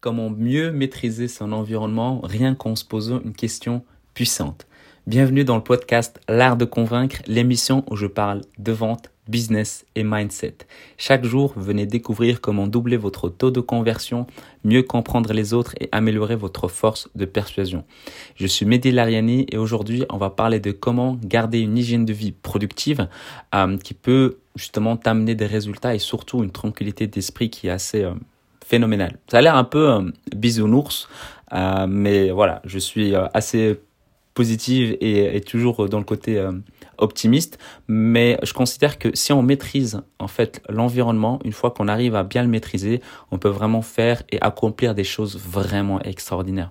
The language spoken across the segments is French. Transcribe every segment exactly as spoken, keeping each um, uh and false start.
comment mieux maîtriser son environnement rien qu'en se posant une question puissante. Bienvenue dans le podcast L'Art de Convaincre, l'émission où je parle de vente, business et mindset. Chaque jour, venez découvrir comment doubler votre taux de conversion, mieux comprendre les autres et améliorer votre force de persuasion. Je suis Mehdi Lariani et aujourd'hui, on va parler de comment garder une hygiène de vie productive euh, qui peut justement t'amener des résultats et surtout une tranquillité d'esprit qui est assez euh, phénoménale. Ça a l'air un peu euh, bisounours, euh, mais voilà, je suis euh, assez positive et, et toujours dans le côté euh, optimiste, mais je considère que si on maîtrise en fait l'environnement, une fois qu'on arrive à bien le maîtriser, on peut vraiment faire et accomplir des choses vraiment extraordinaires.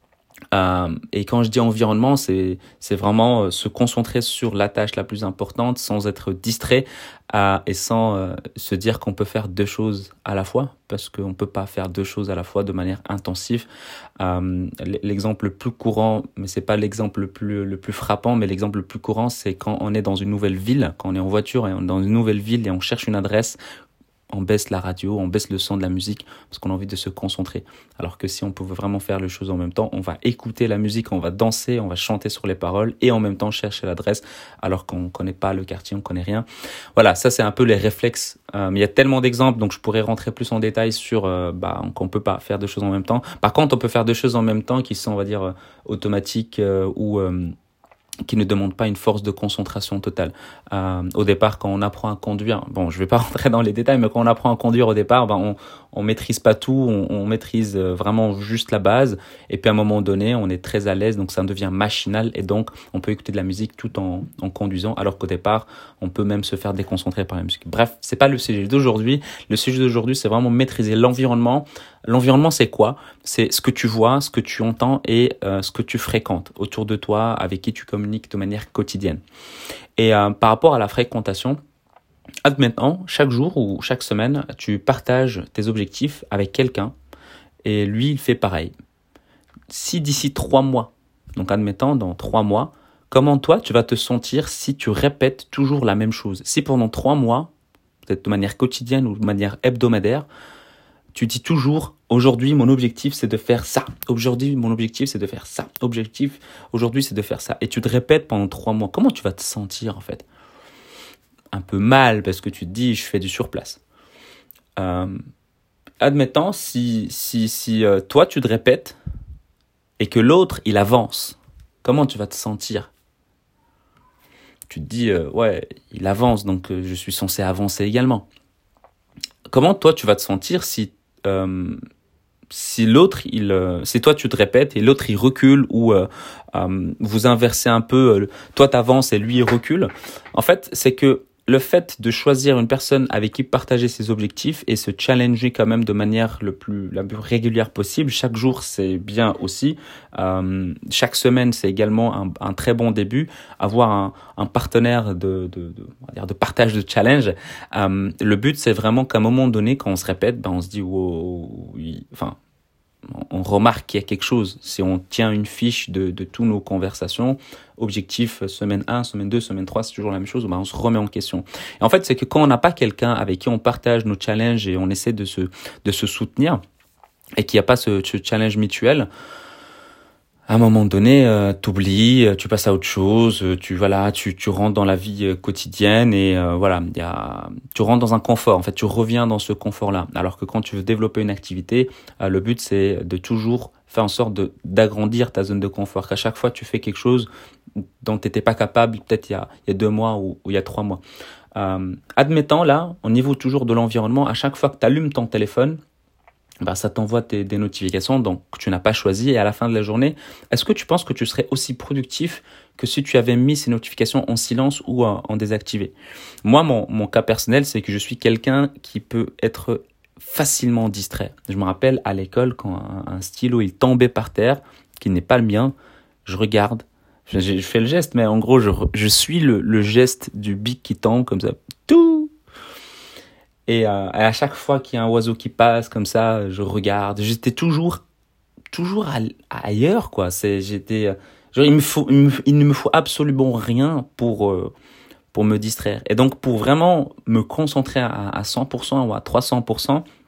Euh, et quand je dis environnement, c'est c'est vraiment euh, se concentrer sur la tâche la plus importante sans être distrait euh, et sans euh, se dire qu'on peut faire deux choses à la fois, parce qu'on peut pas faire deux choses à la fois de manière intensive. Euh, l'exemple le plus courant, mais c'est pas l'exemple le plus le plus frappant, mais l'exemple le plus courant, c'est quand on est dans une nouvelle ville, quand on est en voiture et on est dans une nouvelle ville et on cherche une adresse. On baisse la radio, on baisse le son de la musique parce qu'on a envie de se concentrer. Alors que si on pouvait vraiment faire les choses en même temps, on va écouter la musique, on va danser, on va chanter sur les paroles et en même temps chercher l'adresse alors qu'on ne connaît pas le quartier, on ne connaît rien. Voilà, ça c'est un peu les réflexes. Euh, mais il y a tellement d'exemples, donc je pourrais rentrer plus en détail sur euh, bah, qu'on ne peut pas faire deux choses en même temps. Par contre, on peut faire deux choses en même temps qui sont, on va dire, euh, automatiques euh, ou... Euh, qui ne demande pas une force de concentration totale. Euh, au départ, quand on apprend à conduire, bon, je vais pas rentrer dans les détails, mais quand on apprend à conduire au départ, ben on on maîtrise pas tout, on, on maîtrise vraiment juste la base, et puis à un moment donné, on est très à l'aise, donc ça devient machinal, et donc on peut écouter de la musique tout en en conduisant, alors qu'au départ, on peut même se faire déconcentrer par la musique. Bref, c'est pas le sujet d'aujourd'hui. Le sujet d'aujourd'hui, c'est vraiment maîtriser l'environnement. L'environnement, c'est quoi? C'est ce que tu vois, ce que tu entends et euh, ce que tu fréquentes autour de toi, avec qui tu communiques de manière quotidienne. Et euh, par rapport à la fréquentation, admettons, chaque jour ou chaque semaine, tu partages tes objectifs avec quelqu'un et lui, il fait pareil. Si d'ici trois mois, donc admettons dans trois mois, comment toi, tu vas te sentir si tu répètes toujours la même chose? Si pendant trois mois, peut-être de manière quotidienne ou de manière hebdomadaire, tu dis toujours, aujourd'hui, mon objectif, c'est de faire ça. Aujourd'hui, mon objectif, c'est de faire ça. Objectif, aujourd'hui, c'est de faire ça. Et tu te répètes pendant trois mois. Comment tu vas te sentir, en fait? Un peu mal, parce que tu te dis, je fais du surplace. Euh, admettons, si, si, si euh, toi, tu te répètes et que l'autre, il avance, comment tu vas te sentir? Tu te dis, euh, ouais, il avance, donc euh, je suis censé avancer également. Comment toi, tu vas te sentir si Euh, si l'autre, il, euh, si toi tu te répètes et l'autre il recule ou euh, euh, vous inversez un peu, euh, toi t'avances et lui il recule. En fait, c'est que le fait de choisir une personne avec qui partager ses objectifs et se challenger quand même de manière le plus, la plus régulière possible, chaque jour c'est bien aussi. Euh, chaque semaine c'est également un, un très bon début. Avoir un, un partenaire de, de, de, on va dire de partage de challenge. Euh, le but c'est vraiment qu'à un moment donné, quand on se répète, ben on se dit wow, oui, enfin. On remarque qu'il y a quelque chose. Si on tient une fiche de, de toutes nos conversations, objectif semaine un, semaine deux, semaine trois, c'est toujours la même chose, ben on se remet en question. Et en fait, c'est que quand on n'a pas quelqu'un avec qui on partage nos challenges et on essaie de se, de se soutenir et qu'il n'y a pas ce, ce challenge mutuel, à un moment donné, euh, t'oublies, tu passes à autre chose, tu voilà, tu tu rentres dans la vie quotidienne et euh, voilà, il y a, tu rentres dans un confort. En fait, tu reviens dans ce confort-là. Alors que quand tu veux développer une activité, euh, le but c'est de toujours faire en sorte de d'agrandir ta zone de confort. Qu'à chaque fois tu fais quelque chose dont t'étais pas capable, peut-être il y a il y a deux mois ou, ou il y a trois mois. Euh, admettons là, au niveau toujours de l'environnement, à chaque fois que tu allumes ton téléphone, bah, ça t'envoie tes, des notifications donc que tu n'as pas choisi et à la fin de la journée, est-ce que tu penses que tu serais aussi productif que si tu avais mis ces notifications en silence ou en, en désactivé? Moi, mon, mon cas personnel, c'est que je suis quelqu'un qui peut être facilement distrait. Je me rappelle à l'école quand un, un stylo il tombait par terre, qui n'est pas le mien, je regarde, je, je fais le geste, mais en gros, je, je suis le, le geste du bic qui tombe comme ça, tout. Et euh, à chaque fois qu'il y a un oiseau qui passe comme ça, je regarde. J'étais toujours, toujours à, à ailleurs, quoi. C'est, j'étais, genre, il me faut, il, me, il ne me faut absolument rien pour euh, pour me distraire. Et donc, pour vraiment me concentrer à, à cent pour cent ou à trois cents pour cent,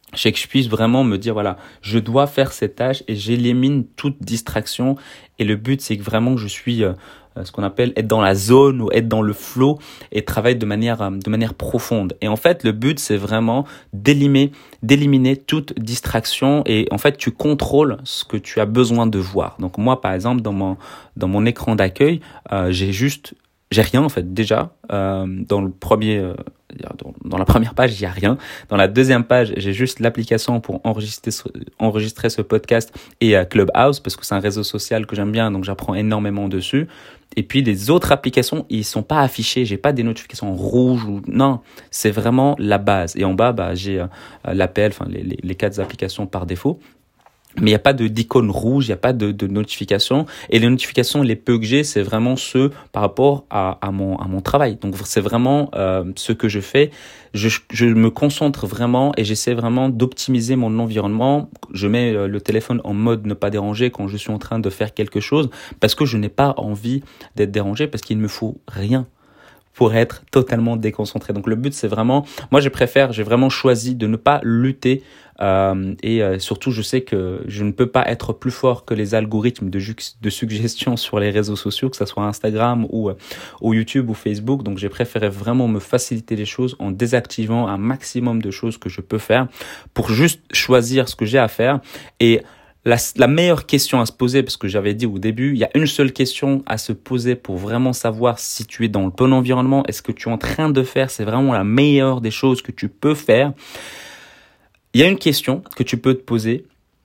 c'est que je puisse vraiment me dire, voilà, je dois faire cette tâche et j'élimine toute distraction. Et le but, c'est que vraiment que je suis euh, ce qu'on appelle être dans la zone ou être dans le flow et travailler de manière, euh, de manière profonde. Et en fait, le but, c'est vraiment d'éliminer, d'éliminer toute distraction et en fait, tu contrôles ce que tu as besoin de voir. Donc moi, par exemple, dans mon, dans mon écran d'accueil, euh, j'ai juste, j'ai rien en fait déjà. Euh, dans le premier... Euh, Dans, dans la première page, il n'y a rien. Dans la deuxième page, j'ai juste l'application pour enregistrer ce, enregistrer ce podcast et euh, Clubhouse parce que c'est un réseau social que j'aime bien, donc j'apprends énormément dessus. Et puis les autres applications, ils sont pas affichés. J'ai pas des notifications rouges ou non. C'est vraiment la base. Et en bas, bah j'ai euh, l'appel, enfin les, les, les quatre applications par défaut. Mais il n'y a pas de d'icône rouge, il n'y a pas de, de notification. Et les notifications, les peu que j'ai, c'est vraiment ceux par rapport à, à, mon, à mon travail. Donc, c'est vraiment euh, ce que je fais. Je, je me concentre vraiment et j'essaie vraiment d'optimiser mon environnement. Je mets le téléphone en mode ne pas déranger quand je suis en train de faire quelque chose parce que je n'ai pas envie d'être dérangé parce qu'il ne me faut rien pour être totalement déconcentré. Donc le but, c'est vraiment, moi je préfère, j'ai vraiment choisi de ne pas lutter euh, et euh, surtout je sais que je ne peux pas être plus fort que les algorithmes de, ju- de suggestions sur les réseaux sociaux, que ce soit Instagram ou, euh, ou YouTube ou Facebook. Donc j'ai préféré vraiment me faciliter les choses en désactivant un maximum de choses que je peux faire pour juste choisir ce que j'ai à faire. Et La, la meilleure question à se poser, parce que j'avais dit au début, il y a une seule question à se poser pour vraiment savoir si tu es dans le bon environnement. Est-ce que tu es en train de faire, c'est vraiment la meilleure des choses que tu peux faire. Il y a une question que tu peux te poser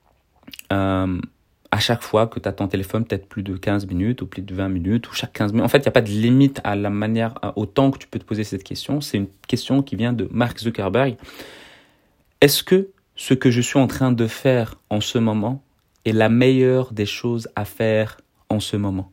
euh, à chaque fois que tu as ton téléphone, peut-être plus de quinze minutes ou plus de vingt minutes ou chaque quinze minutes. En fait, il n'y a pas de limite à la manière, au temps que tu peux te poser cette question. C'est une question qui vient de Mark Zuckerberg. Est-ce que ce que je suis en train de faire en ce moment est la meilleure des choses à faire en ce moment?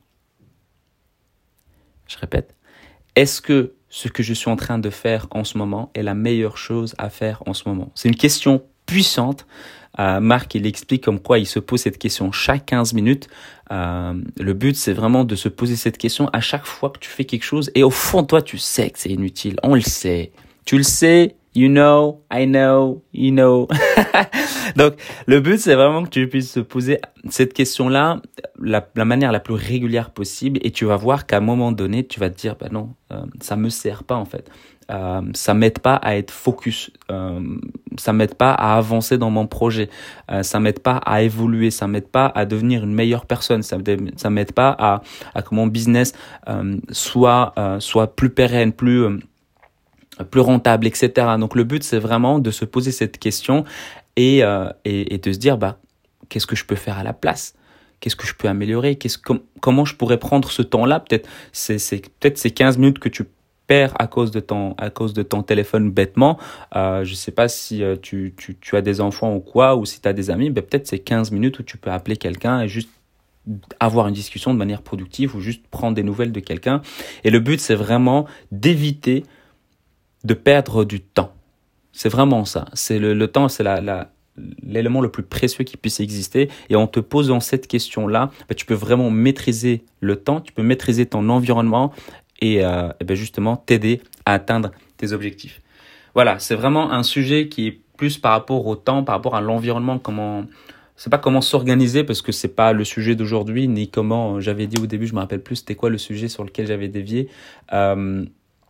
Je répète. Est-ce que ce que je suis en train de faire en ce moment est la meilleure chose à faire en ce moment? C'est une question puissante. Euh, Marc, il explique comme quoi il se pose cette question chaque quinze minutes. Euh, le but, c'est vraiment de se poser cette question à chaque fois que tu fais quelque chose. Et au fond, toi, tu sais que c'est inutile. On le sait. Tu le sais. You know, I know, you know. Donc, le but, c'est vraiment que tu puisses se poser cette question-là la, la manière la plus régulière possible et tu vas voir qu'à un moment donné, tu vas te dire, bah non, euh, ça me sert pas en fait. Euh, ça m'aide pas à être focus. Euh, ça m'aide pas à avancer dans mon projet. Euh, ça m'aide pas à évoluer. Ça m'aide pas à devenir une meilleure personne. Ça, ça m'aide pas à, à que mon business euh, soit, euh, soit plus pérenne, plus... Euh, plus rentable, et cetera. Donc le but, c'est vraiment de se poser cette question et, euh, et, et de se dire, bah, qu'est-ce que je peux faire à la place? Qu'est-ce que je peux améliorer? Qu'est-ce, com- comment je pourrais prendre ce temps-là? Peut-être c'est, c'est peut-être ces quinze minutes que tu perds à cause de ton à cause de ton téléphone bêtement. Euh, je sais pas si euh, tu, tu tu as des enfants ou quoi, ou si tu as des amis, ben peut-être c'est quinze minutes où tu peux appeler quelqu'un et juste avoir une discussion de manière productive ou juste prendre des nouvelles de quelqu'un. Et le but, c'est vraiment d'éviter de perdre du temps. C'est vraiment ça. C'est le, le temps, c'est la, la, l'élément le plus précieux qui puisse exister. Et en te posant cette question-là, bah, tu peux vraiment maîtriser le temps, tu peux maîtriser ton environnement et, euh, et ben justement t'aider à atteindre tes objectifs. Voilà, c'est vraiment un sujet qui est plus par rapport au temps, par rapport à l'environnement, comment... C'est pas comment s'organiser parce que c'est pas le sujet d'aujourd'hui, ni comment, j'avais dit au début, je me rappelle plus c'était quoi le sujet sur lequel j'avais dévié. Euh,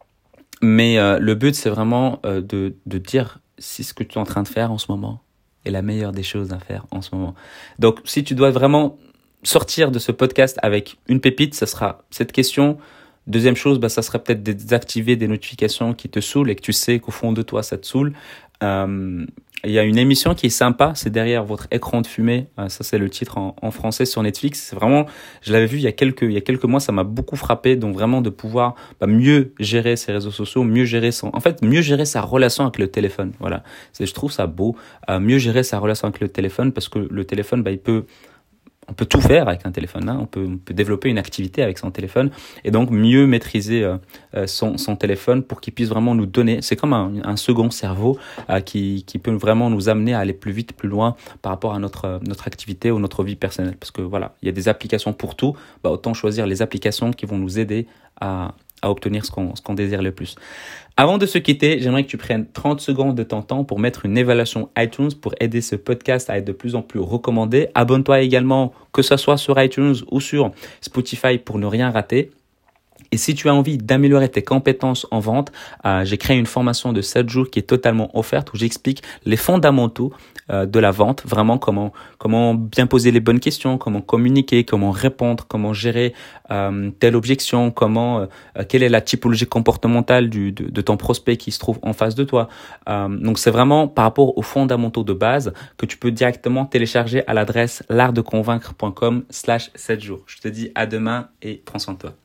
Mais euh, le but, c'est vraiment euh, de, de dire si ce que tu es en train de faire en ce moment est la meilleure des choses à faire en ce moment. Donc, si tu dois vraiment sortir de ce podcast avec une pépite, ça sera cette question. Deuxième chose, bah, ça serait peut-être de désactiver des notifications qui te saoulent et que tu sais qu'au fond de toi, ça te saoule. Euh, il y a une émission qui est sympa, c'est Derrière votre écran de fumée. Euh, ça, c'est le titre en, en français sur Netflix. C'est vraiment, je l'avais vu il y a quelques, il y a quelques mois, ça m'a beaucoup frappé. Donc vraiment de pouvoir bah, mieux gérer ses réseaux sociaux, mieux gérer son, en fait, mieux gérer sa relation avec le téléphone. Voilà, c'est, je trouve ça beau. Euh, mieux gérer sa relation avec le téléphone parce que le téléphone, bah, il peut On peut tout faire avec un téléphone, hein. on, peut, on peut développer une activité avec son téléphone et donc mieux maîtriser euh, son, son téléphone pour qu'il puisse vraiment nous donner, c'est comme un, un second cerveau euh, qui, qui peut vraiment nous amener à aller plus vite, plus loin par rapport à notre, notre activité ou notre vie personnelle. Parce que voilà, il y a des applications pour tout, bah, autant choisir les applications qui vont nous aider à, à obtenir ce qu'on, ce qu'on désire le plus. Avant de se quitter, j'aimerais que tu prennes trente secondes de ton temps pour mettre une évaluation iTunes pour aider ce podcast à être de plus en plus recommandé. Abonne-toi également, que ce soit sur iTunes ou sur Spotify pour ne rien rater. Et si tu as envie d'améliorer tes compétences en vente, euh, j'ai créé une formation de sept jours qui est totalement offerte où j'explique les fondamentaux euh, de la vente, vraiment comment comment bien poser les bonnes questions, comment communiquer, comment répondre, comment gérer euh, telle objection, comment euh, quelle est la typologie comportementale du, de, de ton prospect qui se trouve en face de toi. Euh, donc c'est vraiment par rapport aux fondamentaux de base que tu peux directement télécharger à l'adresse l'art de convaincre point com slash sept jours. Je te dis à demain et prends soin de toi.